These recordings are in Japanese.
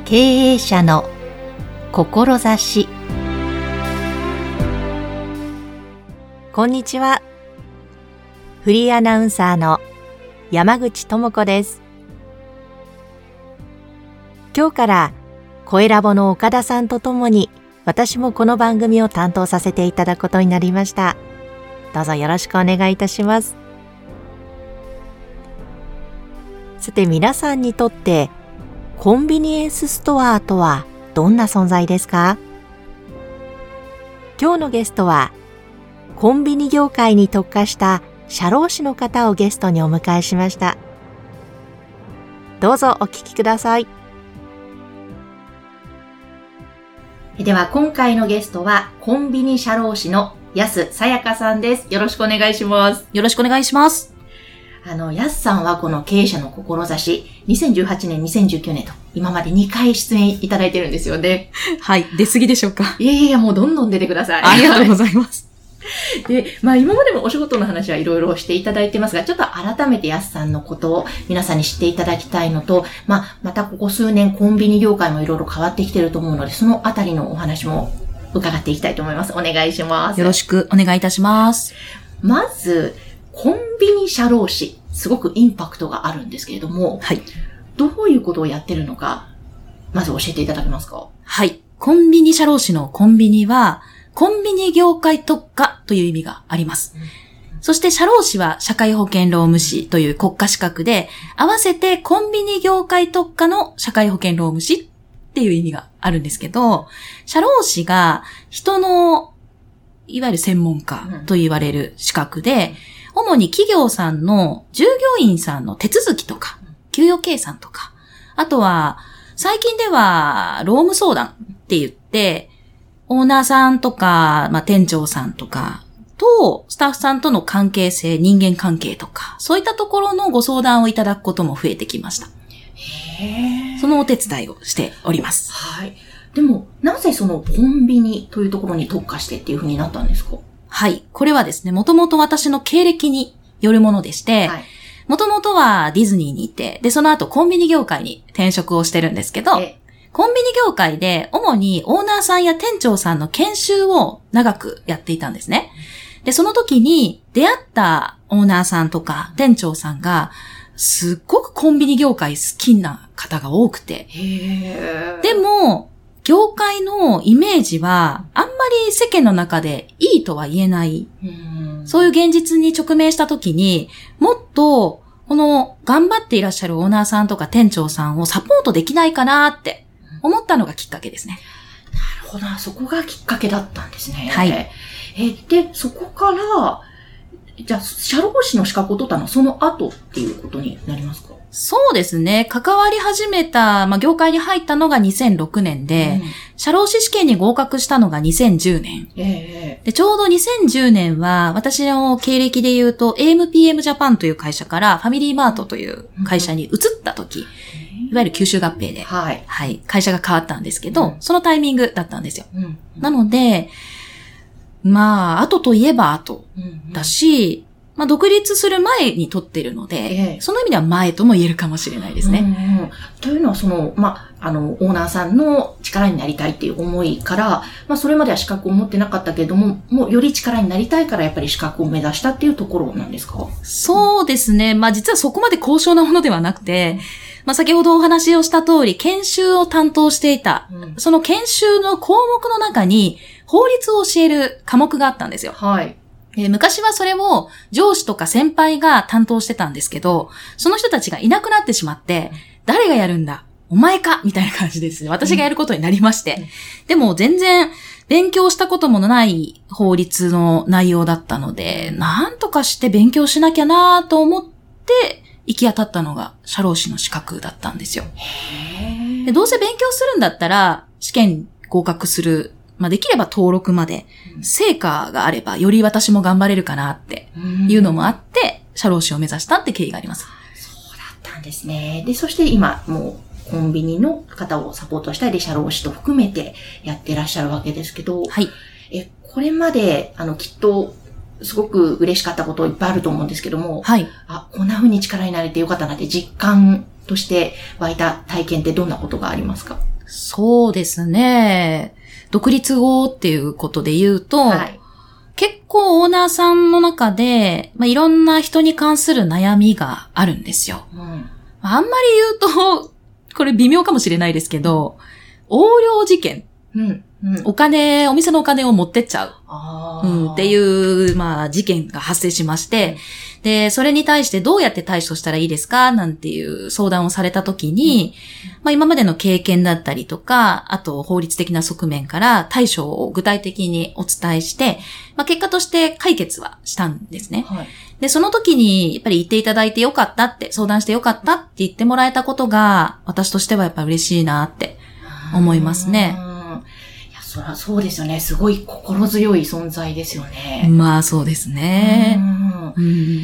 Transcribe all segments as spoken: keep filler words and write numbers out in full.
経営者の志。こんにちは。フリーアナウンサーの山口智子です。今日から声ラボの岡田さんとともに私もこの番組を担当させていただくことになりました。どうぞよろしくお願いいたします。さて、皆さんにとってコンビニエンスストアとはどんな存在ですか？今日のゲストはコンビニ業界に特化した社労士の方をゲストにお迎えしました。どうぞお聞きください。では今回のゲストはコンビニ社労士の安さやかさんです。よろしくお願いします。 よろしくお願いします。 あの、安さんはこの経営者の志、にせんじゅうはちねん、にせんじゅうきゅうねんと今までにかい出演いただいてるんですよね。 はい、出過ぎでしょうか。 いやいや、もうどんどん出てください。 ありがとうございます。 で、まあ今までもお仕事の話はいろいろしていただいてますが、ちょっと改めて安さんのことを皆さんに知っていただきたいのと、まあまたここ数年コンビニ業界もいろいろ変わってきてると思うので、そのあたりのお話も伺っていきたいと思います。お願いします。 よろしくお願いいたします。 まず、コンビニ社労士、すごくインパクトがあるんですけれども、 はい。 どういうことをやってるのか、まず教えていただけますか？ はい。コンビニ社労士のコンビニは、コンビニ業界特化という意味があります。うん、そして社労士は社会保険労務士という国家資格で、合わせてコンビニ業界特化の社会保険労務士っていう意味があるんですけど、社労士が人の、いわゆる専門家と言われる資格で、うん、主に企業さんの従業員さんの手続きとか、給与計算とか、あとは、最近では、労務相談って言って、オーナーさんとか、まあ、店長さんとかと、スタッフさんとの関係性、人間関係とか、そういったところのご相談をいただくことも増えてきました。 へー。 そのお手伝いをしております。 はい。でも、なぜそのコンビニというところに特化してっていうふうになったんですか？ はい。これはですね、もともと私の経歴によるものでして、はい、もともとはディズニーにいて、で、その後コンビニ業界に転職をしてるんですけど、コンビニ業界で主にオーナーさんや店長さんの研修を長くやっていたんですね。で、その時に出会ったオーナーさんとか店長さんが、すっごくコンビニ業界好きな方が多くて、 へー。 でも、業界のイメージは、あんまり世間の中でいいとは言えない。 うん、 そういう現実に直面したときに、もっと、この、頑張っていらっしゃるオーナーさんとか店長さんをサポートできないかなって思ったのがきっかけですね。 なるほど。そこがきっかけだったんですね。 はい。 え、で、そこから、じゃあ、社労士の資格を取ったのはその後っていうことになりますか？ そうですね。関わり始めた、まあ、業界に入ったのがにせんろくねんで、うん、社労士試験に合格したのがにせんじゅうねん。 えー、 で、ちょうどにせんじゅうねんは、私の経歴で言うと、エーエムピーエム ジャパンという会社からファミリーマートという会社に移った時、うん、いわゆる吸収合併で、 はい、 はい、会社が変わったんですけど、うん、そのタイミングだったんですよ。 うんうん、 なので、まあ、後といえば後だし、うんうん、まあ、独立する前に取っているので、ええ、その意味では前とも言えるかもしれないですね。 うんうん、というのは、その、まあ、あの、オーナーさんの力になりたいっていう思いから、まあ、それまでは資格を持ってなかったけれども、もうより力になりたいから、やっぱり資格を目指したっていうところなんですか？ そうですね。まあ、実はそこまで高尚なものではなくて、まあ、先ほどお話をした通り、研修を担当していた、うん、その研修の項目の中に、法律を教える科目があったんですよ。 はい。 えー、昔はそれを上司とか先輩が担当してたんですけど、その人たちがいなくなってしまって、誰がやるんだお前かみたいな感じですね。私がやることになりまして。うん、でも全然勉強したこともない法律の内容だったので、なんとかして勉強しなきゃなと思って行き当たったのが社労士の資格だったんですよ。 へで、どうせ勉強するんだったら試験合格する。まあ、できれば登録まで、成果があればより私も頑張れるかなっていうのもあって、社労士を目指したって経緯があります。 そうだったんですね。で、そして今もうコンビニの方をサポートしたり、社労士と含めてやってらっしゃるわけですけど、 はい。 え、これまで、あの、きっと、すごく嬉しかったこといっぱいあると思うんですけども、 はい。 あ、こんな風に力になれてよかったなって実感として湧いた体験ってどんなことがありますか？ そうですね。独立後っていうことで言うと、はい、結構オーナーさんの中で、まあ、いろんな人に関する悩みがあるんですよ。うん、あんまり言うと、これ微妙かもしれないですけど、横領事件。うんうん、お金、お店のお金を持ってっちゃう。うん、っていう、まあ、事件が発生しまして、うん、で、それに対してどうやって対処したらいいですかなんていう相談をされたときに、うん、まあ、今までの経験だったりとか、あと法律的な側面から対処を具体的にお伝えして、まあ、結果として解決はしたんですね。はい、で、その時に、やっぱり言っていただいてよかったって、相談してよかったって言ってもらえたことが、私としてはやっぱ嬉しいなって思いますね。 そりゃそうですよね。すごい心強い存在ですよね。 まあそうですね。 うんうん、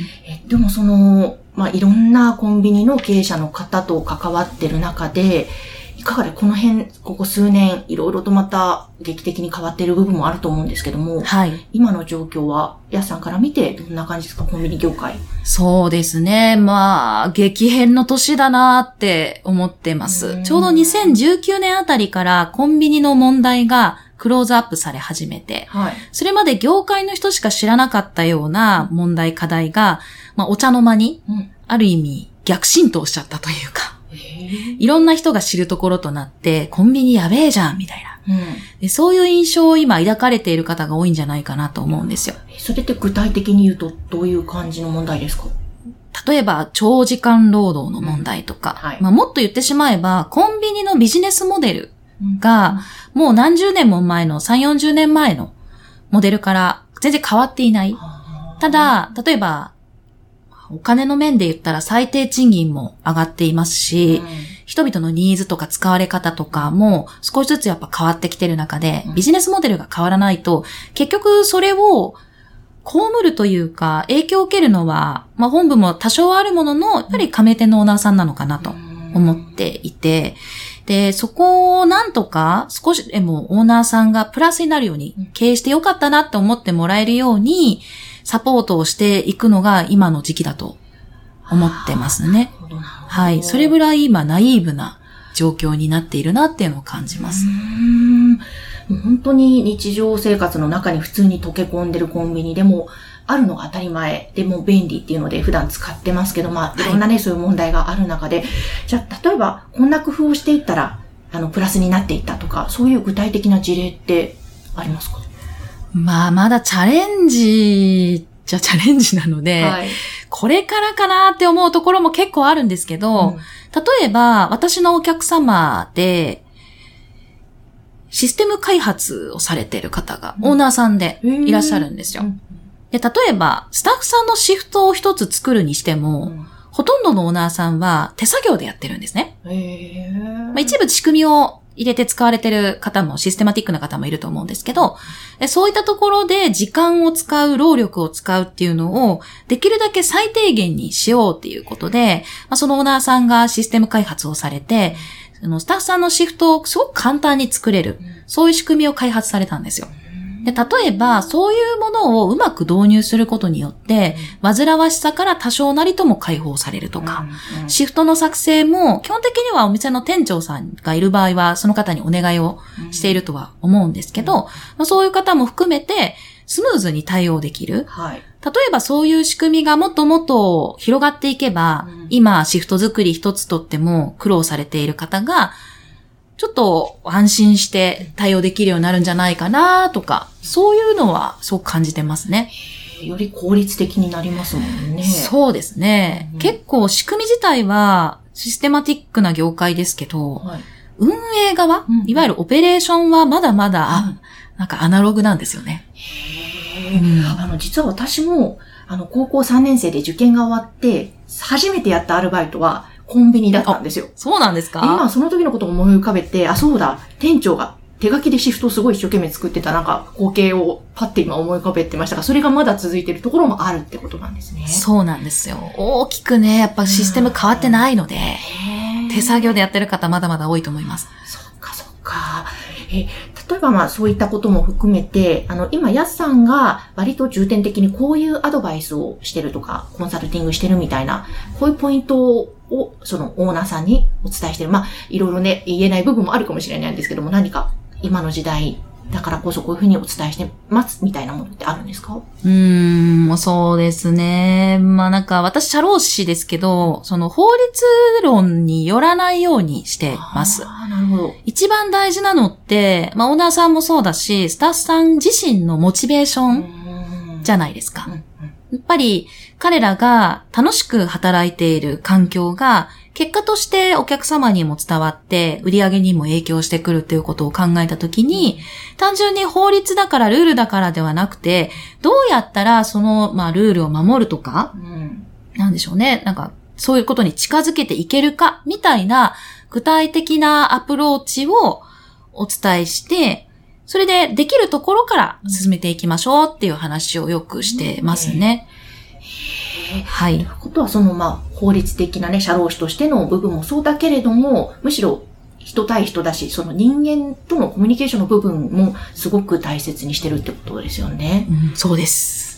えでもその、まあいろんなコンビニの経営者の方と関わってる中で、いかがでこの辺、ここ数年いろいろとまた劇的に変わっている部分もあると思うんですけども、はい、今の状況は、やすさんから見てどんな感じですか、コンビニ業界。 そうですね。まあ、激変の年だなって思ってます。ちょうどにせんじゅうきゅうねんあたりからコンビニの問題がクローズアップされ始めて、はい、それまで業界の人しか知らなかったような問題課題が、まあ、お茶の間に、うん、ある意味逆浸透しちゃったというか、いろんな人が知るところとなって、コンビニやべえじゃんみたいな、うんで。そういう印象を今抱かれている方が多いんじゃないかなと思うんですよ。 それって具体的に言うとどういう感じの問題ですか？ 例えば、長時間労働の問題とか、うんはいまあ、もっと言ってしまえば、コンビニのビジネスモデルが、もう何十年も前の、さん、よんじゅうねんまえのモデルから全然変わっていない。ただ、例えば、お金の面で言ったら最低賃金も上がっていますし、うん、人々のニーズとか使われ方とかも少しずつやっぱ変わってきてる中で、ビジネスモデルが変わらないと、結局それを被るというか、影響を受けるのは、まあ本部も多少あるものの、やっぱり加盟店のオーナーさんなのかなと思っていて、で、そこをなんとか少しでもオーナーさんがプラスになるように、経営してよかったなって思ってもらえるように、サポートをしていくのが今の時期だと思ってますね。はい。それぐらい今ナイーブな状況になっているなっていうのを感じます。 うーんもう本当に日常生活の中に普通に溶け込んでるコンビニでもあるのが当たり前でも便利っていうので普段使ってますけど、まあいろんなね、はい、そういう問題がある中で、じゃあ例えばこんな工夫をしていったらあのプラスになっていったとか、そういう具体的な事例ってありますか？ まあ、まだチャレンジじゃチャレンジなので、はい、これからかなって思うところも結構あるんですけど、うん、例えば、私のお客様で、システム開発をされている方が、オーナーさんでいらっしゃるんですよ。うん、で、例えば、スタッフさんのシフトを一つ作るにしても、うん、ほとんどのオーナーさんは手作業でやってるんですね。へーまあ、一部仕組みを入れて使われてる方もシステマティックな方もいると思うんですけど、そういったところで時間を使う、労力を使うっていうのをできるだけ最低限にしようっていうことで、まあ、そのオーナーさんがシステム開発をされて、そのスタッフさんのシフトをすごく簡単に作れる、そういう仕組みを開発されたんですよ。で、例えば、そういうものをうまく導入することによって、煩わしさから多少なりとも解放されるとか、うんうん、シフトの作成も、基本的にはお店の店長さんがいる場合は、その方にお願いをしているとは思うんですけど、まあ、そういう方も含めて、スムーズに対応できる。はい、例えばそういう仕組みがもっともっと広がっていけば、うん、今シフト作り一つとっても苦労されている方が、ちょっと安心して対応できるようになるんじゃないかなとか、そういうのはすごく感じてますね。 より効率的になりますもんね。 そうですね。うん、結構仕組み自体はシステマティックな業界ですけど、はい、運営側、うん、いわゆるオペレーションはまだまだ、うん、なんかアナログなんですよね。 へー、うん、あの、実は私も、あの、高校さんねん生で受験が終わって、初めてやったアルバイトは、コンビニだったんですよ。 そうなんですか？ 今その時のことを思い浮かべて、あ、そうだ、店長が手書きでシフトをすごい一生懸命作ってたなんか光景をパッて今思い浮かべてましたが、それがまだ続いているところもあるってことなんですね。 そうなんですよ。大きくね、やっぱシステム変わってないので、手作業でやってる方まだまだ多いと思います。 そっかそっか。え、 例えばまあそういったことも含めて、あの、今、やすさんが割と重点的にこういうアドバイスをしてるとか、コンサルティングしてるみたいな、こういうポイントを、そのオーナーさんにお伝えしてる。まあ、いろいろね、言えない部分もあるかもしれないんですけども、何か今の時代だからこそこういうふうにお伝えしてますみたいなものってあるんですか？ うーん、そうですね。まあなんか私、社労士ですけど、その法律論によらないようにしてます。 ああ、なるほど。 一番大事なのって、まあオーナーさんもそうだし、スタッフさん自身のモチベーションじゃないですか。 うんうん、 やっぱり彼らが楽しく働いている環境が結果としてお客様にも伝わって売り上げにも影響してくるということを考えたときに、単純に法律だからルールだからではなくて、どうやったらその、まあ、ルールを守るとか、うん、なんでしょうね。なんかそういうことに近づけていけるかみたいな具体的なアプローチをお伝えして、それでできるところから進めていきましょうっていう話をよくしてますね。 へー、はい。ということは、その、まあ、法律的なね、社労士としての部分もそうだけれども、むしろ人対人だし、その人間とのコミュニケーションの部分もすごく大切にしてるってことですよね。 うん、そうです。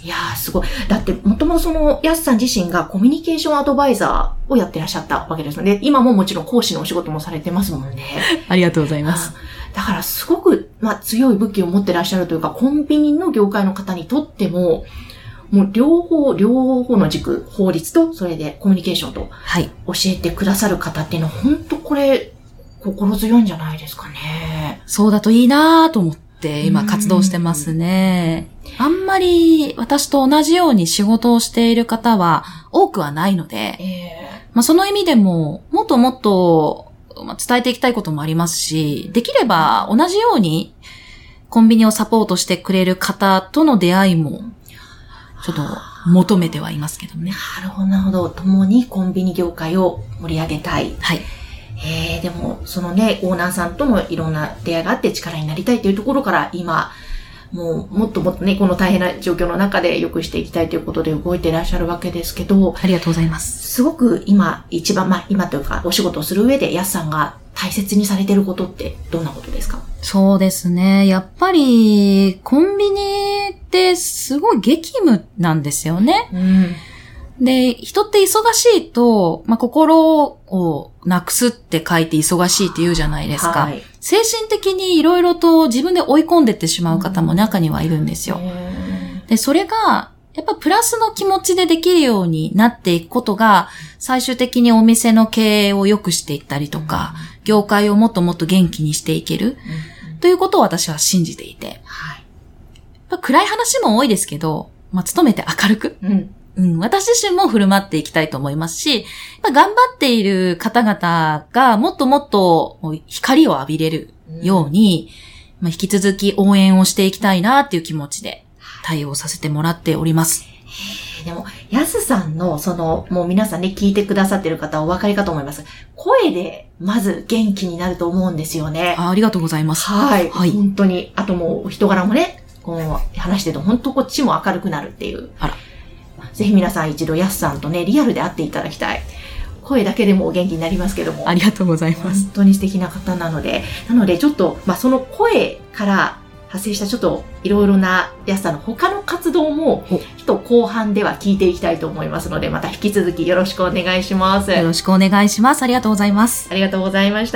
いやー、すごい。だって、もともとその、やすさん自身がコミュニケーションアドバイザーをやってらっしゃったわけですので、今ももちろん講師のお仕事もされてますもんね。 ありがとうございます。 だから、すごく、まあ、強い武器を持ってらっしゃるというか、コンビニの業界の方にとっても、もう両方、両方の軸、法律と、それでコミュニケーションと、はい。教えてくださる方っていうのは、本当これ、心強いんじゃないですかね。 そうだといいなぁと思って、今活動してますね。あんまり私と同じように仕事をしている方は多くはないので、えーまあ、その意味でも、もっともっと伝えていきたいこともありますし、できれば同じようにコンビニをサポートしてくれる方との出会いも、ちょっと求めてはいますけどね。 なるほど、なるほど。共にコンビニ業界を盛り上げたい。 はい。 えー、でも、そのね、オーナーさんとのいろんな出会いがあって力になりたいというところから、今、もう、もっともっとね、この大変な状況の中で良くしていきたいということで動いていらっしゃるわけですけど。 ありがとうございます。 すごく今、一番、まあ、今というか、お仕事をする上で、やすさんが大切にされていることって、どんなことですか？ そうですね。やっぱり、コンビニってすごい激務なんですよね。うん、で、人って忙しいと、まあ、心をなくすって書いて忙しいって言うじゃないですか。はい、精神的にいろいろと自分で追い込んでってしまう方も中にはいるんですよ。うん、で、それが、やっぱプラスの気持ちでできるようになっていくことが、最終的にお店の経営を良くしていったりとか、うん、業界をもっともっと元気にしていける、うん、ということを私は信じていて。はい、やっぱ暗い話も多いですけど、まあ、努めて明るく、うんうん、私自身も振る舞っていきたいと思いますし、やっぱ頑張っている方々がもっともっと光を浴びれるように、うん、まあ、引き続き応援をしていきたいなっていう気持ちで対応させてもらっております。 でも、やすさんの、その、もう皆さんね、聞いてくださってる方はお分かりかと思います。声で、まず元気になると思うんですよね。 あ、ありがとうございます。 はい。はい。本当に。あともう、人柄もね、こう、話してると本当こっちも明るくなるっていう。あら。ぜひ皆さん一度やすさんとね、リアルで会っていただきたい。声だけでも元気になりますけども。 ありがとうございます。 本当に素敵な方なので。なので、ちょっと、まあ、その声から派生したちょっといろいろなやすさんの他の活動も、ちょっと後半では聞いていきたいと思いますので、また引き続きよろしくお願いします。 よろしくお願いします。ありがとうございます。 ありがとうございました。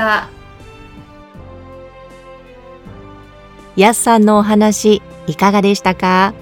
やすさんのお話、いかがでしたか？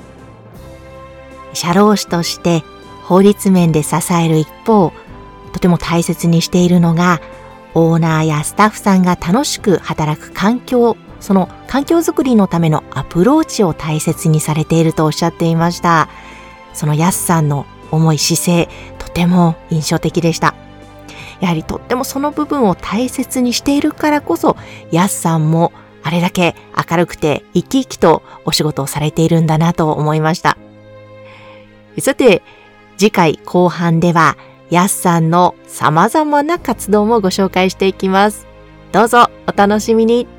社労士として法律面で支える一方、とても大切にしているのが、オーナーやスタッフさんが楽しく働く環境、その環境づくりのためのアプローチを大切にされているとおっしゃっていました。そのやすさんの重い姿勢、とても印象的でした。やはりとってもその部分を大切にしているからこそ、やすさんもあれだけ明るくて生き生きとお仕事をされているんだなと思いました。さて、次回後半では、やすさんの様々な活動もご紹介していきます。どうぞお楽しみに。